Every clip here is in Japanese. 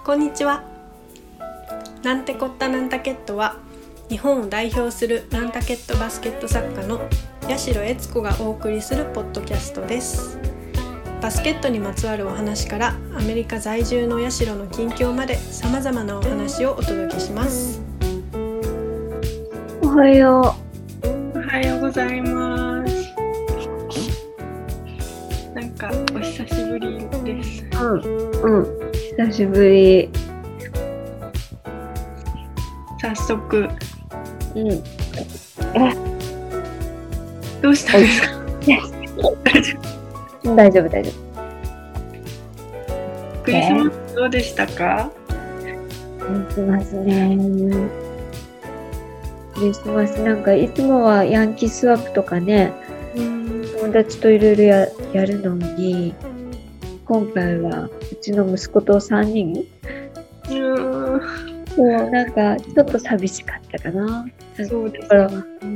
こんにちは。なんてこったナンタケットは日本を代表するナンタケットバスケット作家の八代悦子がお送りするポッドキャストです。バスケットにまつわるお話からアメリカ在住の八代の近況までさまざまなお話をお届けします。 おはよう。おはようございます。なんかお久しぶりです。 久しぶり。 早速。どうしたんですか？ 大丈夫。 クリスマスどうでしたか？ クリスマスね。クリスマスなんかいつもはヤンキースワップとかね、友達といろいろやるのに、今回はうちの息子と3人。もうなんかちょっと寂しかったかな。 そうですから、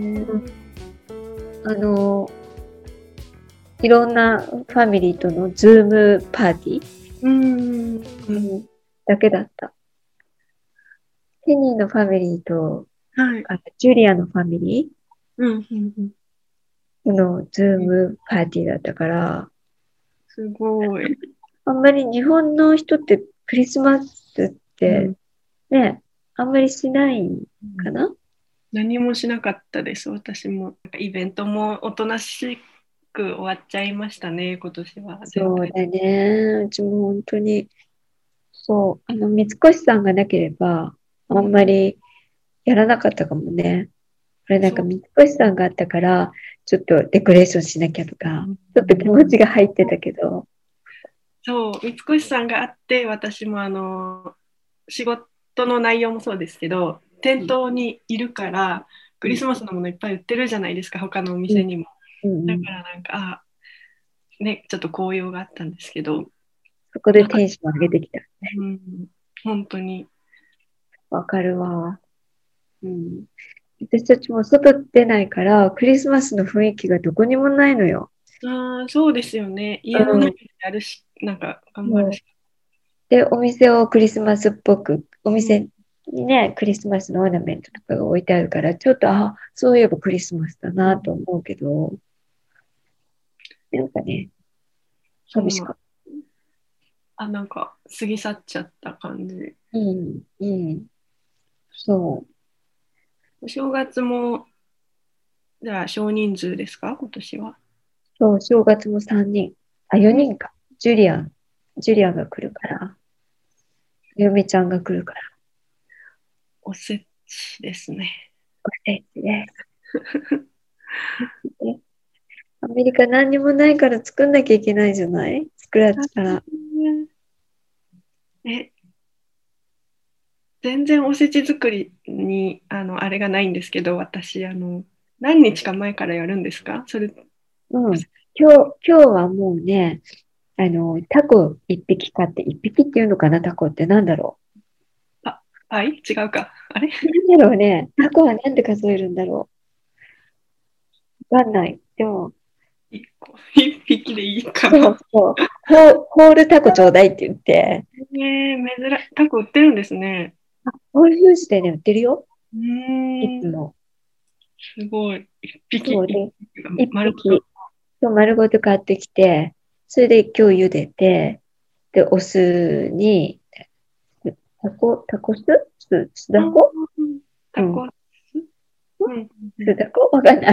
いろんなファミリーとのズームパーティー、だけだった。ケニーのファミリーと、ジュリアのファミリーのズームパーティーだったから、 すごい。 あんまり日本の人ってクリスマスってね、あんまりしないかな？ 何もしなかったです。私もイベントもおとなしく終わっちゃいましたね、今年は。 そうだね。うちも本当にそう、三越さんがなければあんまりやらなかったかもね。これなんか三越さんがあったからちょっとデコレーションしなきゃとか、ちょっと気持ちが入ってたけど。 そう、三越さんがあって私も仕事の内容もそうですけど、店頭にいるから、クリスマスのものいっぱい売ってるじゃないですか、他のお店にも。だからなんか、ね、ちょっと高揚があったんですけど。 そこでテンション上げてきた、ね。 本当に。 わかるわ。私たちも外出ないから、クリスマスの雰囲気がどこにもないのよ。 そうですよね。家の中でやるし、なんか頑張るし。 で、お店をクリスマスっぽく、お店にね、クリスマスのオーナメントとかが置いてあるから、ちょっと、そういえばクリスマスだなと思うけど、なんかね、寂しかった。 なんか過ぎ去っちゃった感じ。 そう。 お正月も、じゃあ少人数ですか、今年は？ そう、正月も3人。4人か。ジュリアが来るから。嫁ちゃんが来るから。 おせちですね。 おせちです。アメリカ何にもないから作んなきゃいけないじゃない？スクラッチから。 全然おせち作りにあれがないんですけど、私何日か前からやるんですか？それ。 今日はもうね、タコ1匹買って、1匹っていうのかな、タコってなんだろう。違うか。あれなんだろうね。タコはなんで数えるんだろう。わかんない。でも。 1匹でいいかな。 そう。ホールタコちょうだいって言って。 タコ売ってるんですね。 ホールフーズでね、売ってるよ。いつも。 すごい。1匹。 そうで、丸ごと買ってきて、それで今日茹でて、で、お酢に、タコ酢だこ酢だこわかんない。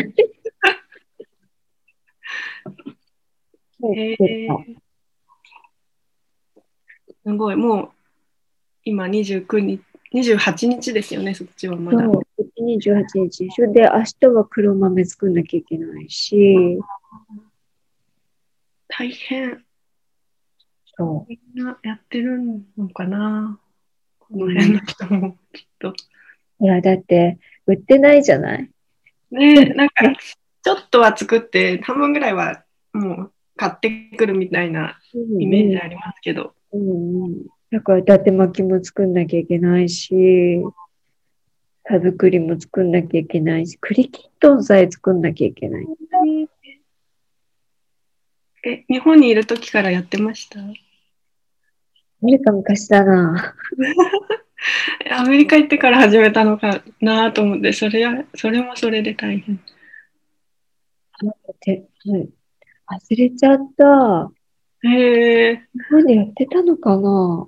すごい。もう、今28日ですよね、そっちはまだ。 そう、28日。それで、明日は黒豆作んなきゃいけないし。 大変。 そう。 みんなやってるのかな、この辺の人もきっと。 いや、だって、売ってないじゃない？ ね、なんか、ちょっとは作って、半分ぐらいはもう買ってくるみたいなイメージありますけど。 だから、伊達巻きも作んなきゃいけないし、田作りも作んなきゃいけないし、栗きんとんさえ作んなきゃいけない。 日本にいる時からやってました？ るか昔だな。 アメリカ行ってから始めたのかなと思って、それもそれで大変。 はい、忘れちゃった。 へえ。 日本でやってたのかな。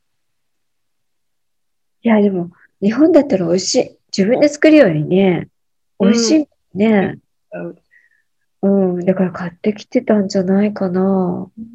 いや、でも、日本だったら美味しい。自分で作るよりね、美味しうん。 いね。うん、だから買ってきてたんじゃないかな。 うん、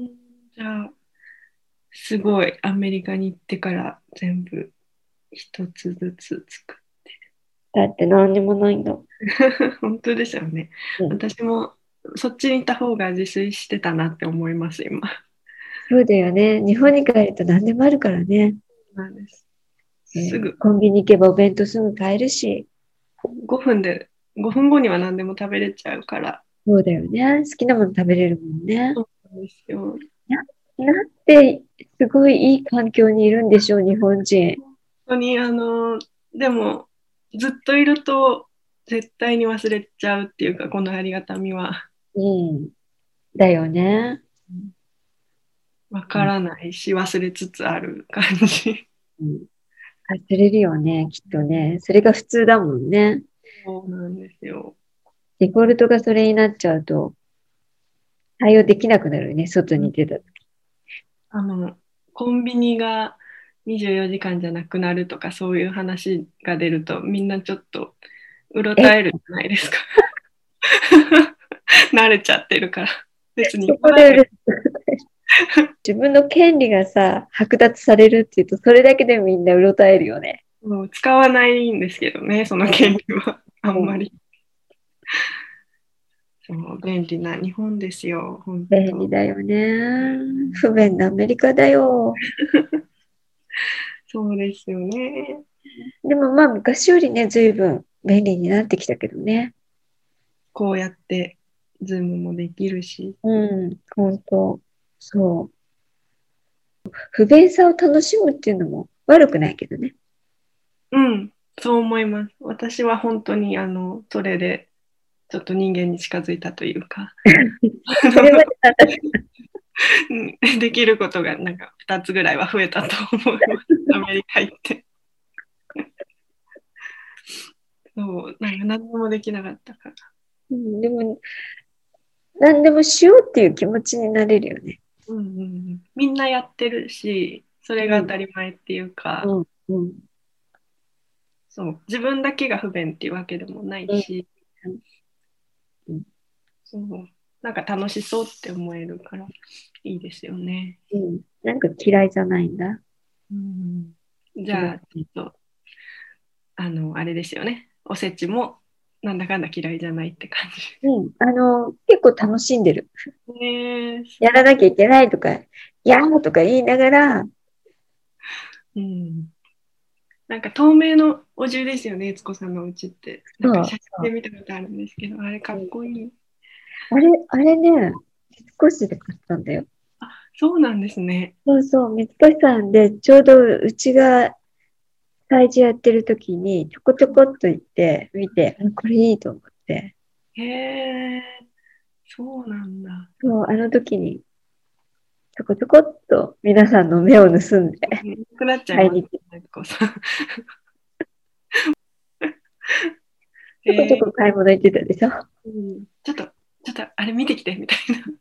じゃあ、すごい、アメリカに行ってから全部一つずつ作っだって何にもないんだもん。 本当ですよね。 うん、 私もそっちにいた方が自炊してたなって思います、今。 そうだよね。日本に帰ると何でもあるからね。 なんです。すぐコンビニ行けばお弁当すぐ買えるし。 5分で、5分後には何でも食べれちゃうから。 そうだよね。好きなもの食べれるもんね。 そうなんですよ。 なんて、すごいいい環境にいるんでしょう、日本人。 本当に、でも、ずっといると絶対に忘れちゃうっていうか、このありがたみは。 うん。だよね。 わうん。 からないし、忘れつつある感じ。 うん、忘れるよね、きっとね。それが普通だもんね。 そうなんですよ。 デフォルトがそれになっちゃうと対応できなくなるよね、外うん、 に出た時。 あの、コンビニが24時間じゃなくなるとか、そういう話が出ると、みんなちょっとうろえ、 たえるじゃないですか。慣れちゃってるから。別にそ行かなくて。 こで自分の権利がさ、剥奪されるっていうと、それだけでみんなうろたえるよね。 もう使わないんですけどね、その権利は。あんうん、 まり。そう、便利な日本ですよ、本当。 便利だよね。不便なアメリカだよ。 そうですよね。 でもまあ昔よりね、随分便利になってきたけどね。 こうやって、ズームもできるし。 うん、本当。そう。不便さを楽しむっていうのも悪くないけどね。 うん、そう思います。私は本当に、それで、ちょっと人間に近づいたというか、 それまでなんだ。 うん、できることがなんか2つぐらいは増えたと思います。アメリカ行って。そう、なんか何もできなかったから。 うん、でも、何でもしようっていう気持ちになれるよね。 うんうんうん、みんなやってるし、それが当うん、 たり前っていうか、 うん、うん、 そう、自分だけが不便っていうわけでもないうん、 し、 うん。 そう、なんか楽しそうって思えるからいいですよね。 うん、なんか嫌いじゃないんだ。 うん、じうん、 ゃあ、ちょっと、あれですよね。おせちもなんだかんだ嫌いじゃないって感うん、結構楽しんでる。 じ。ねえ、素やら晴らしなきゃいけないとか、やーとか言いながら、 い。うん。なんか透明のお重ですよね、悦子さんのお家って。なんかそう、 写真で見たことあるんですけど、あれかうん、 っこいい。 あれね、少しで買ったんだよ。 あ、そうなんですね。 そうそう、三越さんで、ちょうどうちが催事やってる時に、ちょこちょこっと行って、見て、あ、これいいと思って、 へえ、そうなんだ。 そう、あの時に、ちょこちょこっと皆さんの目を盗んで、 なくなっちゃいます、 買いに行って、 悦子さん。 ちょこちょへえ、 こ買い物行ってたでしょ。 うん、ちょっとあれ見てきてみたいな。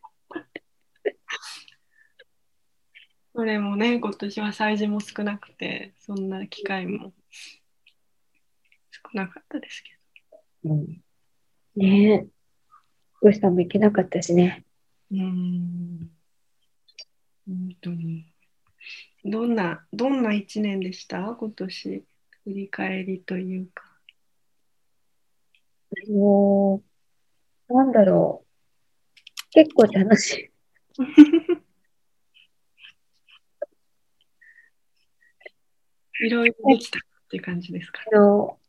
それもね、今年は催事も少なくて、そんな機会も少なかったですけうん、ねえ、どうしたも行けなかったしね。 ど。本当に。どんな一年でした今年？振り返りというか。 もう、なんだろう。結構楽しい。 いろいろできたっていう感じですか？ あの、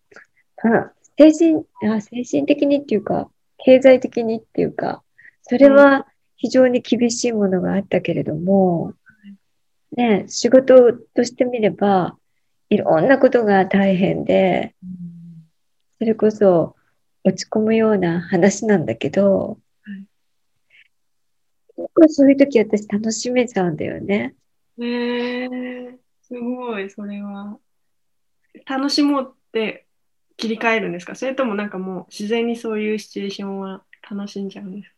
精神的にっていうか、経済的にっていうか、それうん。 は非常に厳しいものがあったけれども、ね、仕事としてみれば、いろんなことが大変で、 うん、 それこそ落ち込むような話なんだけど、 はい。 結構そういう時私楽しめちゃうんだよね。 すごい、それは。楽しもうって切り替えるんですか？それともなんかもう自然にそういうシチュエーションは楽しんじゃうんですか？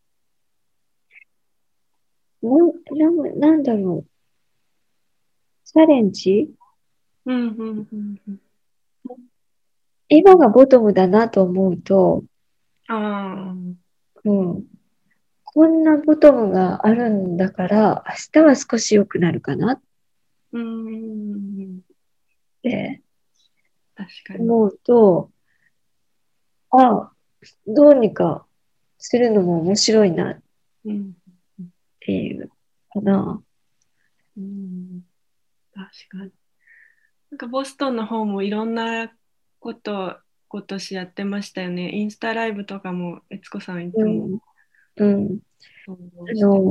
なんだろう。チャレンジ。 うんうんうんうん。 今がボトムだなと思うと、 ああ、 うん、こんなボトムがあるんだから、明日は少し良くなるかなっうん、 て確かに。 思うと、あ、どうにかするのも面白いなっうん、 ていうかな。 うん、確かに。なんかボストンの方もいろんなこと今年やってましたよね。インスタライブとかも悦子さんいつもうん、うん。 投稿して。 あの、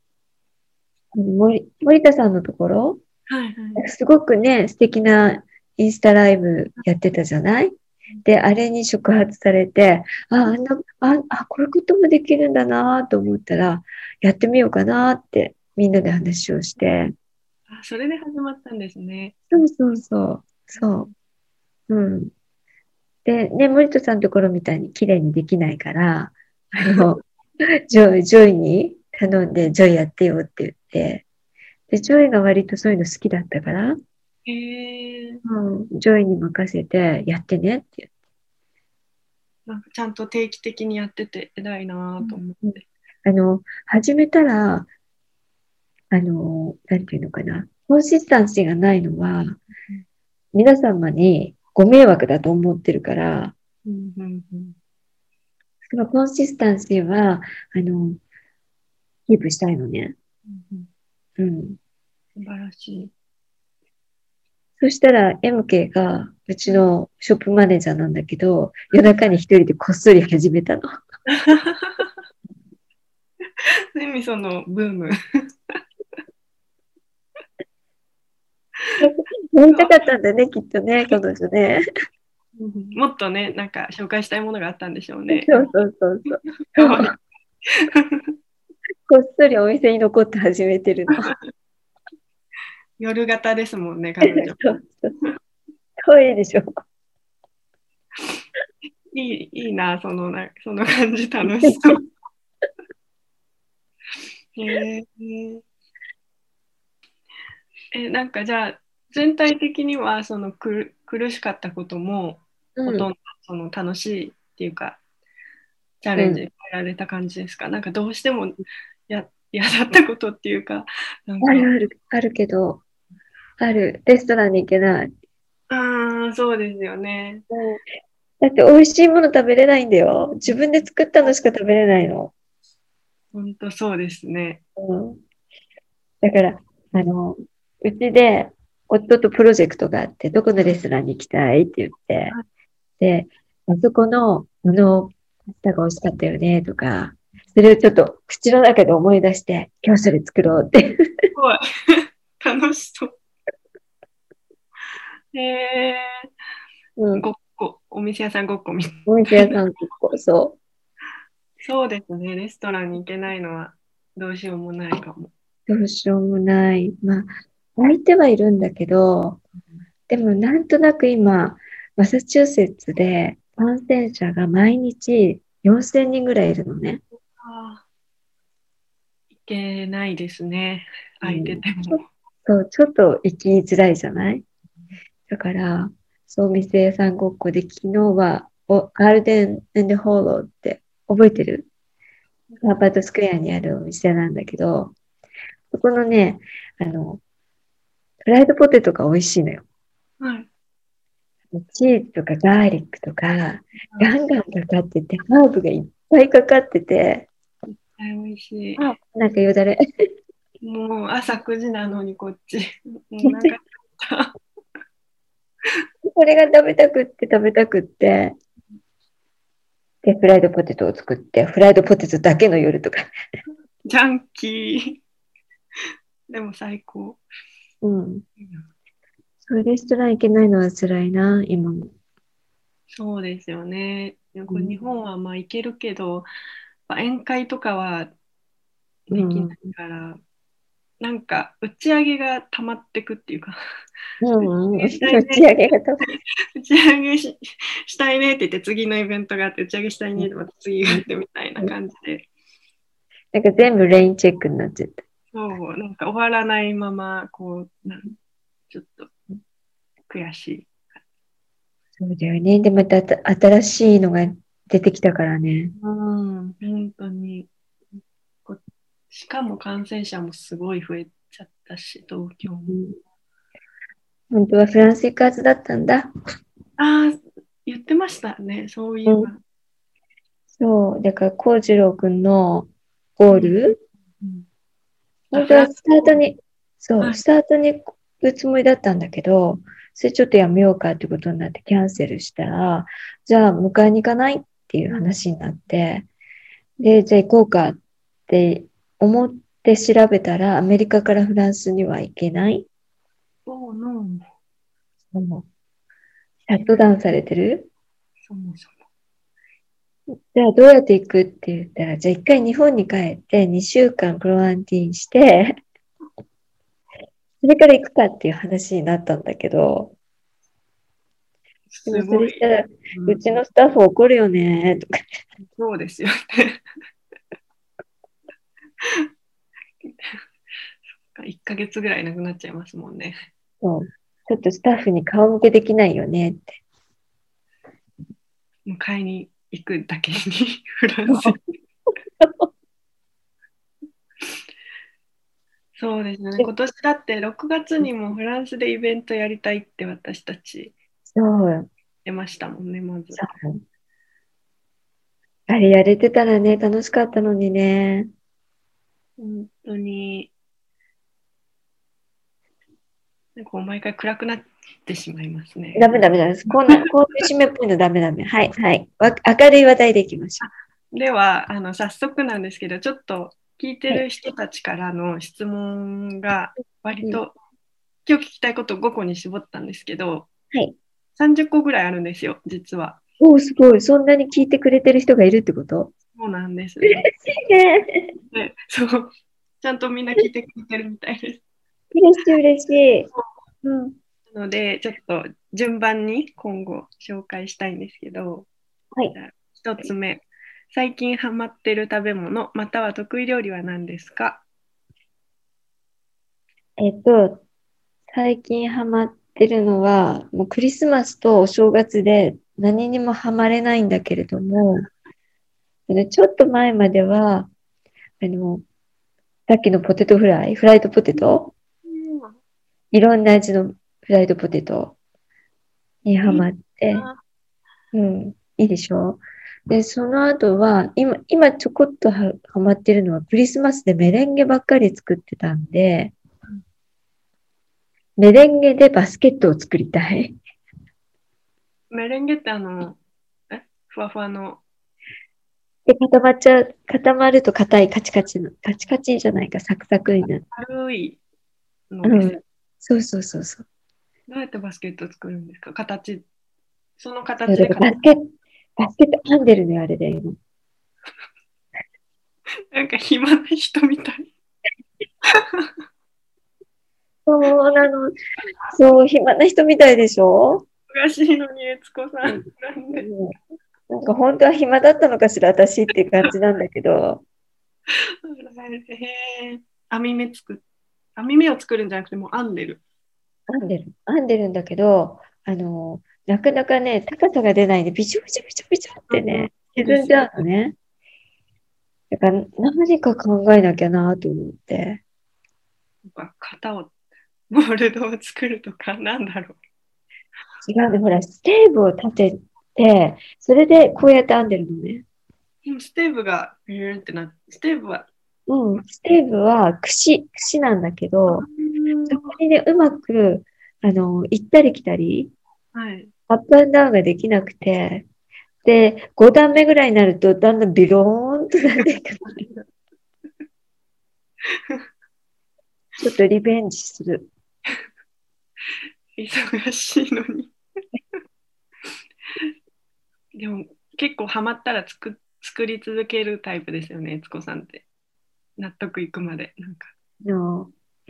森田さんのところ、 はいはい。 すごくね、素敵なインスタライブやってたじゃない。で、あれに触発されて、こういうこともできるんだなと思ったら、やってみようかなってみんなで話をして、 あ、それで始まったんですね。 そうそうそう、そう、うん。で、ね、森田さんのところみたいに綺麗にできないから、ジョイに頼んで、ジョイやってよって言って、で、ジョイが割とそういうの好きだったから、 へえ、 ジョイに任せてやってねって言って。 なんかちゃんと定期的にやってて偉いなと思っうん、 て。 始めたら、なんていうのかな、コンシスタンシーがないのは、皆様にご迷惑だと思ってるから、 うんうんうん。 そのコンシスタンシーは、あの、キープしたいのね。 うんうん、 うん。 素晴らしい。 そしたら、MK が、うちのショップマネージャーなんだけど、夜中に一人でこっそり始めたの。 セミソのブーム。 やりたかったんだね、きっとね、彼女ね。 もっとね、なんか紹介したいものがあったんでしょうね。 そうそうそうそう。 かわいい。 こっそりお店に残って始めてるの。 夜型ですもんね、彼女。 そうそう。可愛いでしょ。 いいな、その感じ楽しそう。へえ。なんかじゃあ、全体的には苦しかったことも、ほうん。 とんど楽しいっていうか、チャうん。 レンジやられた感じですか？なんかどうしても嫌だったことっていうか、なんか、 あるけど、ある。レストランに行けない。 ああ、そうですよね。 うん。だって美味しいもの食べれないんだよ。自分で作ったのしか食べれないの。 本当そうですね。 うん。だから、うちで夫とプロジェクトがあって、どこのレストランに行きたいって言って、で、あそこの、パスタが美味しかったよね、とか、それをちょっと口の中で思い出して、今日それ作ろうって。 すごい楽しそう。えうん。 ごっこ、お店屋さんごっこみたいな。 お店屋さん結構、そそうですね。レストランに行けないのはどうしようもないかも。 う。どうしようもない。まあ、相手はいるんだけど、でもなんとなく今、マサチューセッツで感染者が毎日4000人ぐらいいるのね。 ああ、行けないですね。空いてうん、 ても。 ちょっと行きづらいじゃない。だから、そう、店屋さんごっこで、昨日は、ガールデンホーローって覚えてる？ハーバードスクエアにあるお店なんだけど、そこのね、あの、フライドポテトが美味しいのよ。 はい。 チーズとかガーリックとか、ガンガンかかってて、ハーブがいっぱいかかってて、 美味しなんかよだれ。 い。もう朝9時なのにこっち。もうなんか、 これが食べたくって、で、フライドポテトを作って、フライドポテトだけの夜とか。 ジャンキー。でも最高。 うん。そういうレストラン行けないのは辛いな、今も。 そうですよね。でもうん。 これ日本はまあ行けるけど、まあ宴会とかはできないうん。 から、 なんか打ち上げが溜まってくっていうか打ち上げが打ち上げしたいねって言って次のイベントがあって打ち上げしたいねってまた次があってみたいな感じで。 なんか全部レインチェックになっちゃった。 そう、なんか終わらないまま、こう、ちょっと悔しい。 そうだよね。で、また新しいのが出てきたからね。 本当に。しかも感染者もすごい増えちゃったし、東京も。 本当はフランス行くはずだったんだ。 ああ、言ってましたね、そういえば。 そう、だから幸次郎くんのゴール、本当はスタートに、そう、スタートに行くつもりだったんだけど、それちょっとやめようかってことになってキャンセルしたら、じゃあ迎えに行かないっていう話になって、で、じゃあ行こうかって思って調べたら、アメリカからフランスには行けない。 そうの。 シャットダウンされてる。 そもそじゃあどうやって行くって言ったら、じゃあ一回日本に帰って2週間クロアンティーンして、それから行くかっていう話になったんだけど、でもそれしたら、うちのスタッフ怒るよね、とか。 そうですよね。1ヶ月ぐらいなくなっちゃいますもんね。 そう。ちょっとスタッフに顔向けできないよねって。 迎えに行くだけにフランス。そうですね。今年だって6月にもフランスでイベントやりたいって私たち出ましたもんね、まず。 あれやれてたらね、楽しかったのにね。 本当に。なんか毎回暗くなってしまいますね。 ダメ。こういう締めっぽいのダメ。はい。明るい話題でいきましょう。では、早速なんですけど、ちょっと聞いてる人たちからの質問が割と、今日聞きたいことを5個に絞ったんですけど、 はい。 30個ぐらいあるんですよ、実は。 おお、すごい。そんなに聞いてくれてる人がいるってこと？ そうなんです。 嬉しいね。 で、そう、ちゃんとみんな聞いてくれてるみたいです。 嬉しい。 なので、ちょっと順番に今後紹介したいんですけど、 はい。 1つ目、最近ハマってる食べ物、または得意料理は何ですか？ 最近ハマってるのは、もうクリスマスとお正月で何にもハマれないんだけれども、ちょっと前までは、さっきのポテトフライドポテト、いろんな味のフライドポテトにハマって、いいでしょ？で、その後は、今ちょこっとハマってるのは、クリスマスでメレンゲばっかり作ってたんで、メレンゲでバスケットを作りたい。 メレンゲってふわふわの。 で、固まると硬いカチカチじゃないか、サクサクになる。 軽いのです。 そう。 どうやってバスケット作るんですか？その形でバスケット編んでるね、あれで。 なんか暇な人みたい。 そうなの。そう、暇な人みたいでしょ？ 忙しいのに、悦子さん。 なんか本当は暇だったのかしら、私っていう感じなんだけど。 編み目を作るんじゃなくて、もう編んでる。 編んでるんだけど、なかなかね、高さが出ないで、ビチョってね、沈んじゃうのね。だから何か考えなきゃなと思って。 型を、モールドを作るとか、なんだろう。 違うね、ほら、ステーブを立てて、それでこうやって編んでるのね。 ステーブが、ってなって、ステーブは串なんだけど、そこにね、うまく、行ったり来たり、アップアンダウンができなくて、で、5段目ぐらいになると、だんだんビローンとなっていく。ちょっとリベンジする。 忙しいのに。でも、結構ハマったら作り続けるタイプですよね、悦子さんって。納得いくまで。なんか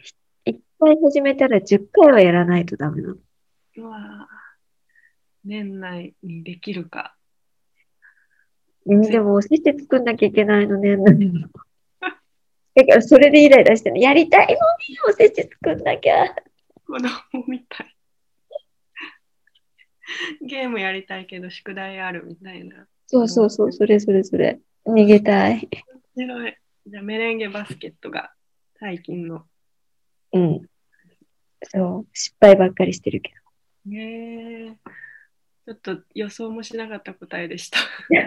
回始めたら10回はやらないとダメなの。 うわ年内にできるか。 でも、おせち作んなきゃいけないのね。だから、それでイライラしてね、やりたいのに、おせち作んなきゃ。 子供みたい。ゲームやりたいけど宿題あるみたいな。 そうそうそう、それ。逃げたい。 面白い。じゃあメレンゲバスケットが最近の。 うん。そう、失敗ばっかりしてるけちょっと予想もしなかった答えでした。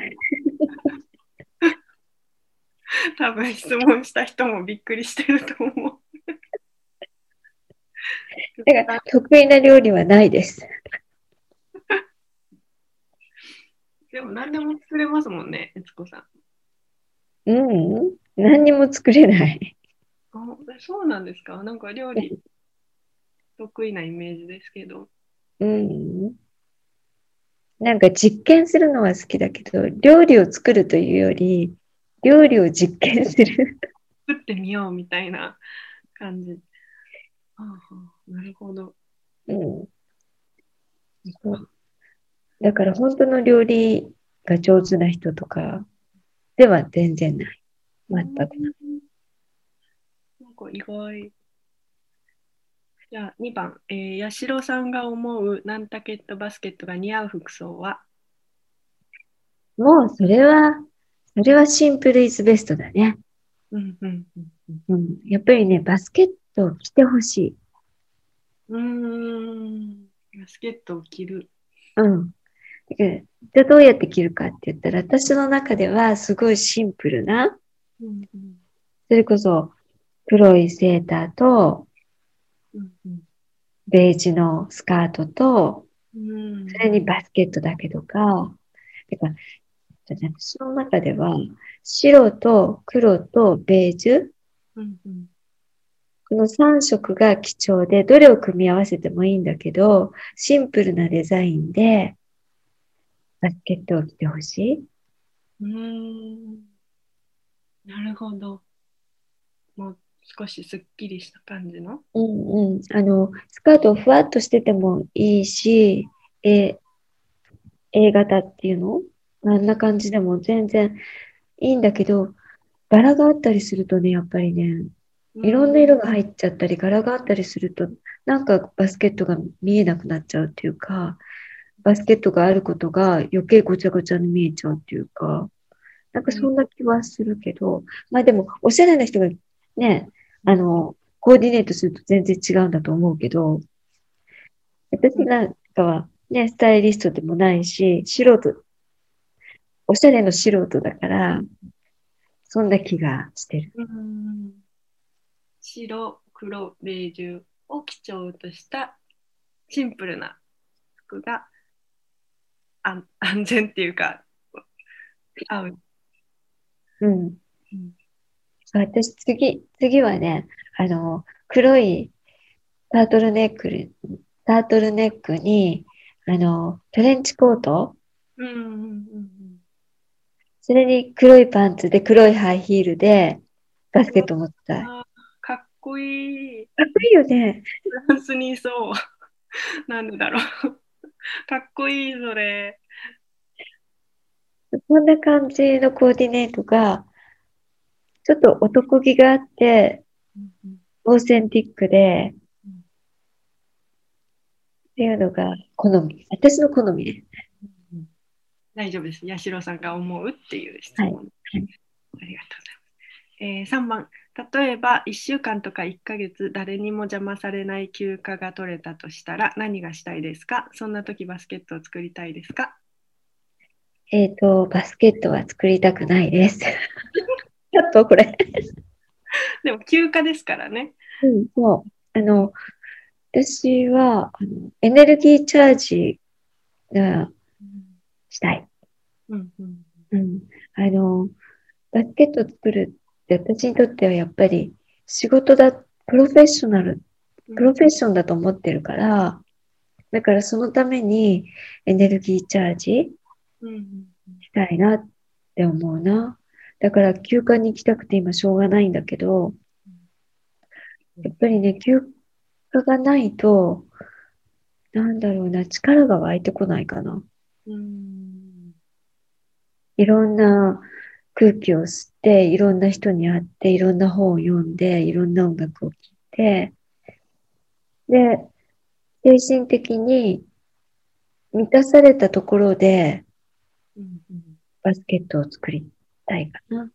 多分質問した人もびっくりしてると思う。 だから、得意な料理はないです。 でも何でも作れますもんね、悦子さうん、何にも作れない。 ん。そうなんですか。なんか料理得意なイメージですけど。 うん。なんか実験するのは好きだけど、料理を作るというより、料理を実験する。 作ってみようみたいな感じ。はあはあ、なるほど。 うん。そうだから本当の料理が上手な人とかでは全然ない。全くない。 なんか意外。じゃあ2番、八代さんが思うナンタケットバスケットが似合う服装は？ もうそれはシンプルイズベストだね。 うんうんうんうん。やっぱりね、バスケットを着てほしい。 うん。バスケットを着る。 うん。だからじゃあどうやって着るかって言ったら、私の中ではすごいシンプルな、 うんうんそれこそ黒いセーターと、 うんうんベージュのスカートと、 うんそれにバスケットだけとか、だから、私の中では、白と黒とベージュ、 うんうんこの3色が基調で、どれを組み合わせてもいいんだけど、シンプルなデザインで、バスケットを着てほしい。 なるほど。もう少しすっきりした感じの。 うんうん。スカートふわっとしててもいいし、え、A 型っていうのあんな感じでも全然いいんだけど、柄があったりするとね、やっぱりね、いろんな色が入っちゃったり、柄があったりすると、なんかバスケットが見えなくなっちゃうっていうか、バスケットがあることが余計ごちゃごちゃに見えちゃうっていうか、なんかそんな気はするけど、まあでも、おしゃれな人がね、コーディネートすると全然違うんだと思うけど、私なんかはね、スタイリストでもないし、おしゃれの素人だから、そんな気がしてる。 白、黒、ベージュを基調としたシンプルな服が安全っていうか合う。 うん。私、次はね、黒いタートルネックに、トレンチコート、 うんうんうんそれに黒いパンツで黒いハイヒールでバスケット持ってたい。 かっこいい。 かっこいいよね。 フランスにいそう。なんでだろう。かっこいい、それ。 こんな感じのコーディネートが、ちょっと男気があって、 うんうんオーセンティックで、 うんっていうのが好み。私の好みね。 うん、大丈夫です。八代さんが思うっていう質はい。 問。ありがとうございます。3番、例えば1週間とか1ヶ月誰にも邪魔されない休暇が取れたとしたら何がしたいですか？そんな時バスケットを作りたいですか？ バスケットは作りたくないです。ちょっとこれ。 でも休暇ですからね。 うん、そう。私は、エネルギーチャージがしたい。 うんうんうん。バスケット作るって私にとってはやっぱり仕事だ、プロフェッションだと思ってるから、だからそのためにエネルギーチャージしたいなって思うな。だから休暇に行きたくて今しょうがないんだけど、やっぱりね、 果がないと、なんだろうな、力が湧いてこないかな。いろんな空気を吸って、いろんな人に会って、いろんな本を読んで、いろんな音楽を聴いて、で、精神的に満たされたところで、バスケットを作りたいかな。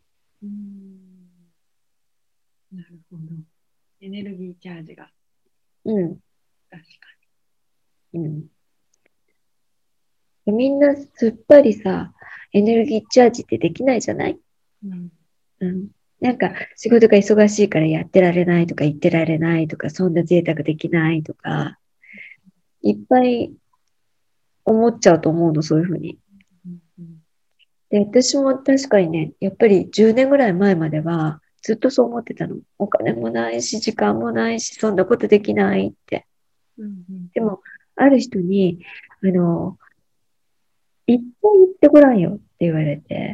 なるほど。エネルギーチャージが。 うん。 確かうん。みんなすっぱりさ、エネルギーチャージってできないじゃない？うん。なんか仕事が忙しいからやってられないとか言ってられないとか、そんな贅沢できないとか、いっぱい思っちゃうと思うの、そういうふうに。で、私も確かにね、やっぱり10年ぐらい前まではずっとそう思ってたの。お金もないし、時間もないし、そんなことできないって。でも、ある人に、いっぱい言ってごらんよって言われて、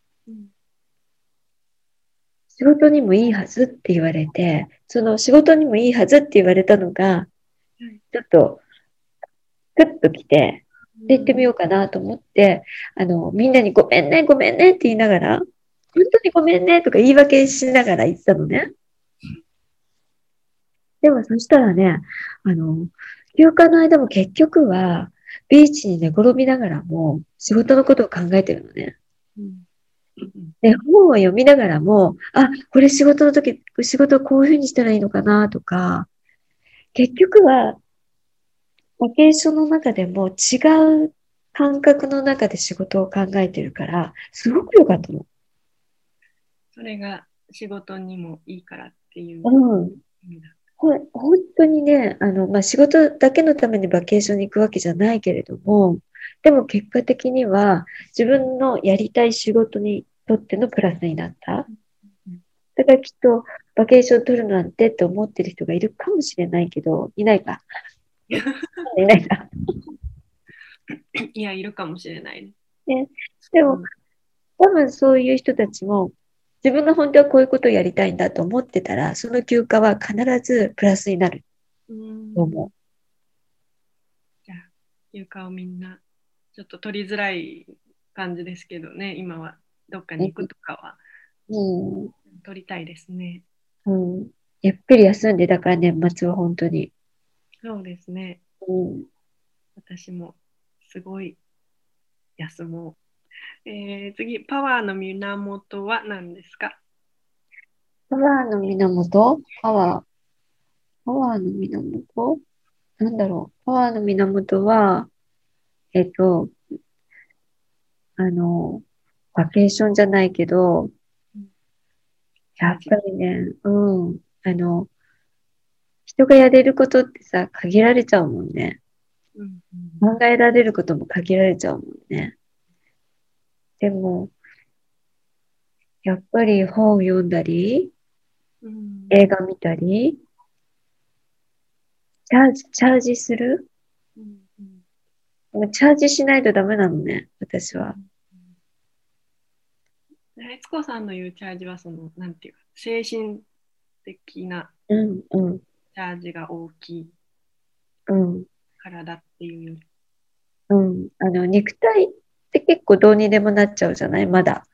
仕事にもいいはずって言われて、その仕事にもいいはずって言われたのが、ちょっと、グッときて、で、行ってみようかなと思って、みんなにごめんね、ごめんねって言いながら、本当にごめんねとか言い訳しながら言ってたのね。でもそしたらね、休暇の間も結局は、ビーチに寝転びながらも仕事のことを考えてるのね。で、本を読みながらも、あ、これ仕事の時、仕事をこういうふうにしたらいいのかなとか、結局は、バケーションの中でも違う感覚の中で仕事を考えてるから、すごく良かったの。 それが仕事にもいいからっていう意味だ。本当にね、仕事だけのためにバケーションに行くわけじゃないけれども、でも結果的には自分のやりたい仕事にとってのプラスになった。だからきっとバケーション取るなんてって思ってる人がいるかもしれないけど、いないか。いないか。 いや、いるかもしれないね。 ね、でも、多分そういう人たちも自分が本当はこういうことをやりたいんだと思ってたら、その休暇は必ずプラスになると思う。 じゃあ、休暇をみんな、ちょっと取りづらい感じですけどね、今はどっかに行くとかは、取りたいですね。 ゆっくり休んで、だから年末は本当に。 そうですね。私もすごい休もう。次、パワーの源は何ですか？ パワーの源パワーの源なんだろう。パワーの源は、えっと、あの、バケーションじゃないけど、やっぱりね、人がやれることってさ、限られちゃうもんね。考えられることも限られちゃうもんね。でも、やっぱり本を読んだり、映画見たり、チャージする。でもチャージしないとダメなのね、私は。 悦子さんの言うチャージは、その、なんていうか、精神的なチャージが大きい体っていうより。 肉体って結構どうにでもなっちゃうじゃないまだ。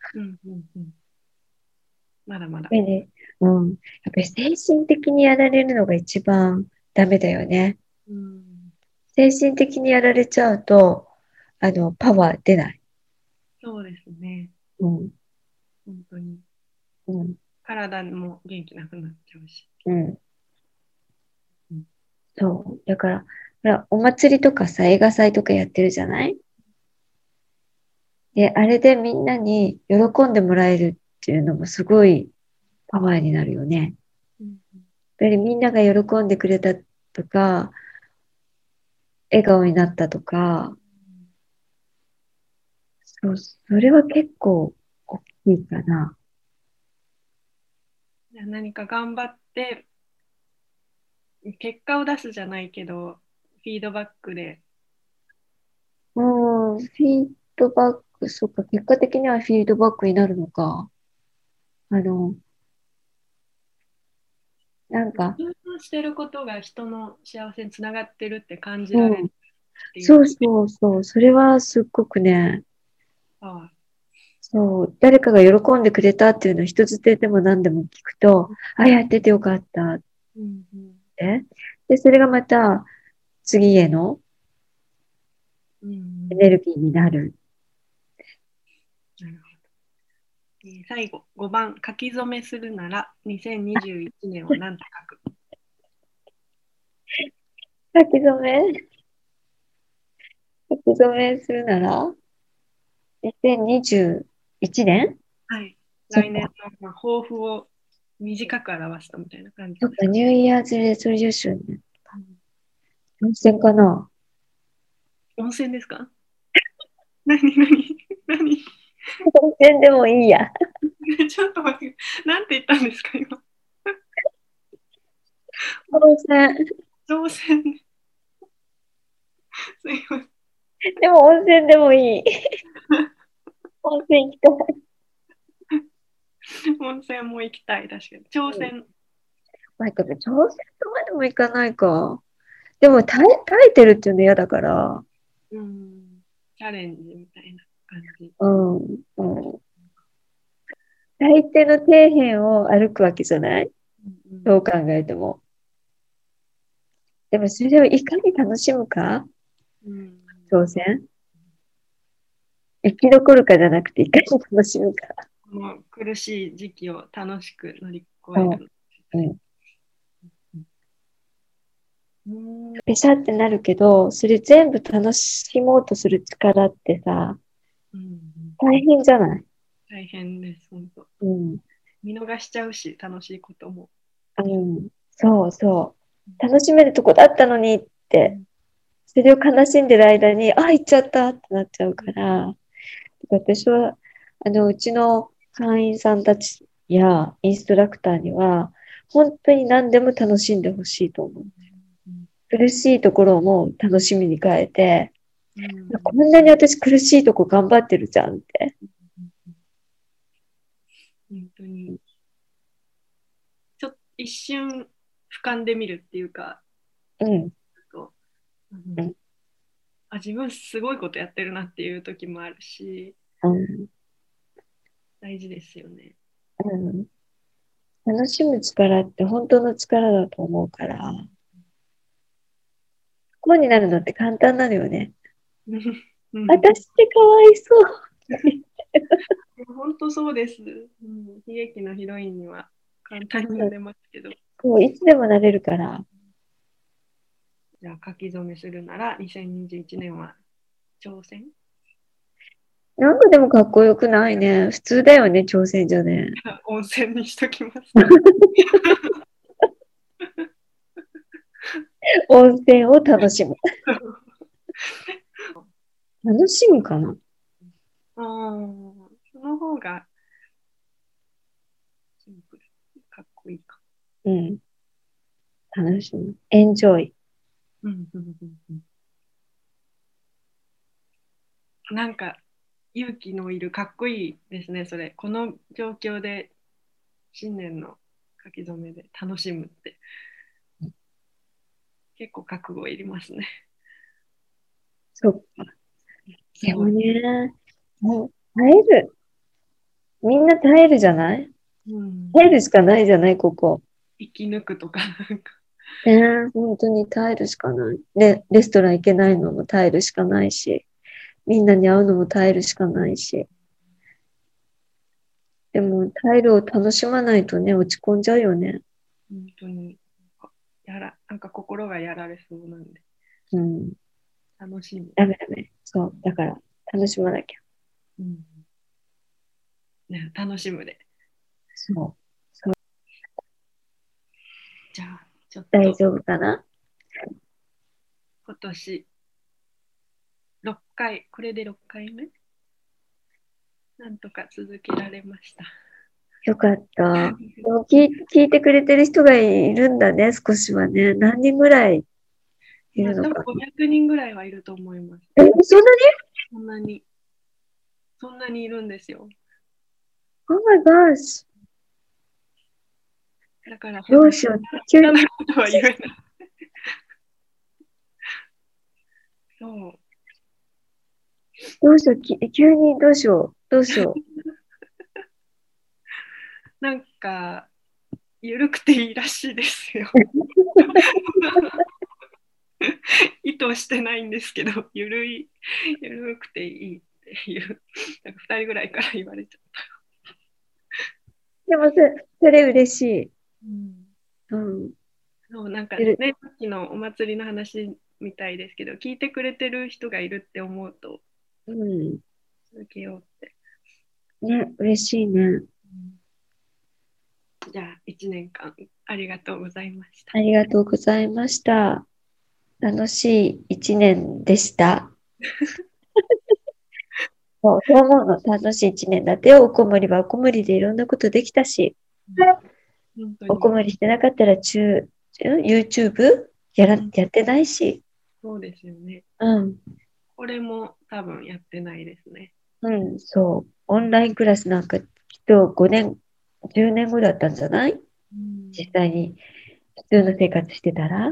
まだまだ。 やっぱり精神的にやられるのが一番ダメだよね。精神的にやられちゃうと、パワー出ない。 そうですね。本当に。体も元気なくなっちゃうし。 そう。だから、ほら、お祭りとかさ、映画祭とかやってるじゃない？で、あれでみんなに喜んでもらえるっていうのもすごいパワーになるよね。やっぱりみんなが喜んでくれたとか、笑顔になったとか、そう、それは結構大きいかな。 何か頑張って結果を出すじゃないけど、フィードバックで。 フィードバック、そっか、結果的にはフィードバックになるのか。なんか、 してることが人の幸せにつながってるって感じられるっていう、 そうそうそう。それはすっごくね、そう、誰かが喜んでくれたっていうのを人づてでも何でも聞くと、やっててよかったって。で、それがまた次へのエネルギーになる。 なるほど。最後、5番、書き初めするなら2021年は何て書く？ 書き初め書き初めするなら2021年？ はい。来年の抱負を短く表したみたいな感じですか。 ニューイヤーズレゾリューションね。温泉かな？ 温泉ですか？何温泉でもいいや。 ちょっと待って、なんて言ったんですか、今。 温泉。 挑戦。すいません。 でも温泉でもいい。温泉行きたい。 温泉も行きたい、確かに。挑戦。 挑戦とまでもいかないか。でも耐えてるっていうの嫌だから。 チャレンジみたいな感じ。 大抵の底辺を歩くわけじゃない？どう考えても。でもそれをいかに楽しむか、挑戦。生き残るかじゃなくて、いかに楽しむか。 この苦しい時期を楽しく乗り越える。 ペシャってなるけど、それ全部楽しもうとする力ってさ、大変じゃない？ 大変です、本当。 見逃しちゃうし、楽しいことも。 そうそう。楽しめるとこだったのにって、それを悲しんでる間に、行っちゃったってなっちゃうから、私は、うちの会員さんたちやインストラクターには、本当に何でも楽しんでほしいと思う。苦しいところも楽しみに変えて、こんなに私苦しいとこ頑張ってるじゃんって。 本当に。一瞬俯瞰で見るっていうか、自分すごいことやってるなっていう時もあるし、大事ですよね。 楽しむ力って本当の力だと思うから、不幸になるのって簡単なのよね。私ってかわいそう。 本当そうです。悲劇のヒロインには簡単になれますけど。 いつでもなれるから。 じゃあ書き初めするなら2021年は挑戦？ なんかでもかっこよくないね。普通だよね、挑戦じゃね。 温泉にしときます。 温泉を楽しむ。楽しむかな？ その方がシンプル。かっこいいか。 楽しむ。エンジョイ。 なんか勇気のいるかっこいいですね、それ。この状況で新年の書き初めで楽しむって結構覚悟いりますね。 そっか。でもね、もう耐える。みんな耐えるじゃない？耐えるしかないじゃない、ここ。 生き抜くとかなんか。 本当に耐えるしかない。で、レストラン行けないのも耐えるしかないし、みんなに会うのも耐えるしかないし。でも、耐えるを楽しまないとね、落ち込んじゃうよね。 本当に。なんか心がやられそうなんで。楽しみ。 ダメ。そう。だから、楽しまなきゃ。 楽しむで。 そう。 じゃあ、ちょっと。 大丈夫かな？ 今年、6回、これで6回目なんとか続けられました。 よかった。聞いてくれてる人がいるんだね、少しはね。何人ぐらいいるのか。 500人ぐらいはいると思います。そんなにいるんですよ。 Oh my gosh。 だからどうしよう。急にことは言えない。そう。 どうしよう。急にどうしよう。どうしよう。 なんか、ゆるくていいらしいですよ。意図してないんですけど、ゆるくていいっていう、なんか2人ぐらいから言われちゃった。 でもそれ嬉しい。 うん。そう、なんかね、さっきのお祭りの話みたいですけど、聞いてくれてる人がいるって思うと、続けようって。 ね、嬉しいね。 じゃあ、1年間ありがとうございました。 ありがとうございました。楽しい1年でした。そう思うの、楽しい1年だってよ。おこもりはおこもりでいろんなことできたし。おこもりしてなかったらYouTube やってないし。 そうですよね。 うん。 これも多分やってないですね。 うん、そう。オンラインクラスなんかきっと5年、10年後だったんじゃない？実際に普通の生活してたら。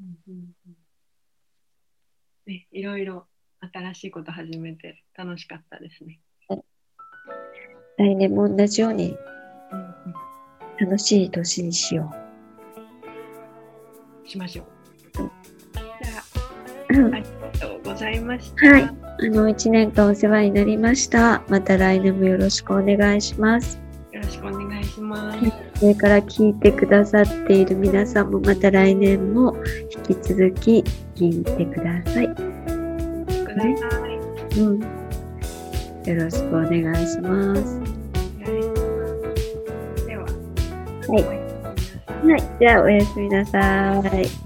ね、いろいろ新しいこと始めて楽しかったですね。 来年も同じように楽しい年にしよう。しましょう。じゃあ、ありがとうございました。 はい。1年間お世話になりました。また来年もよろしくお願いします。 よろしくお願いします。 それから聞いてくださっている皆さんもまた来年も引き続き聞いてください。よろしくお願いします。 では、 はい。じゃあおやすみなさい。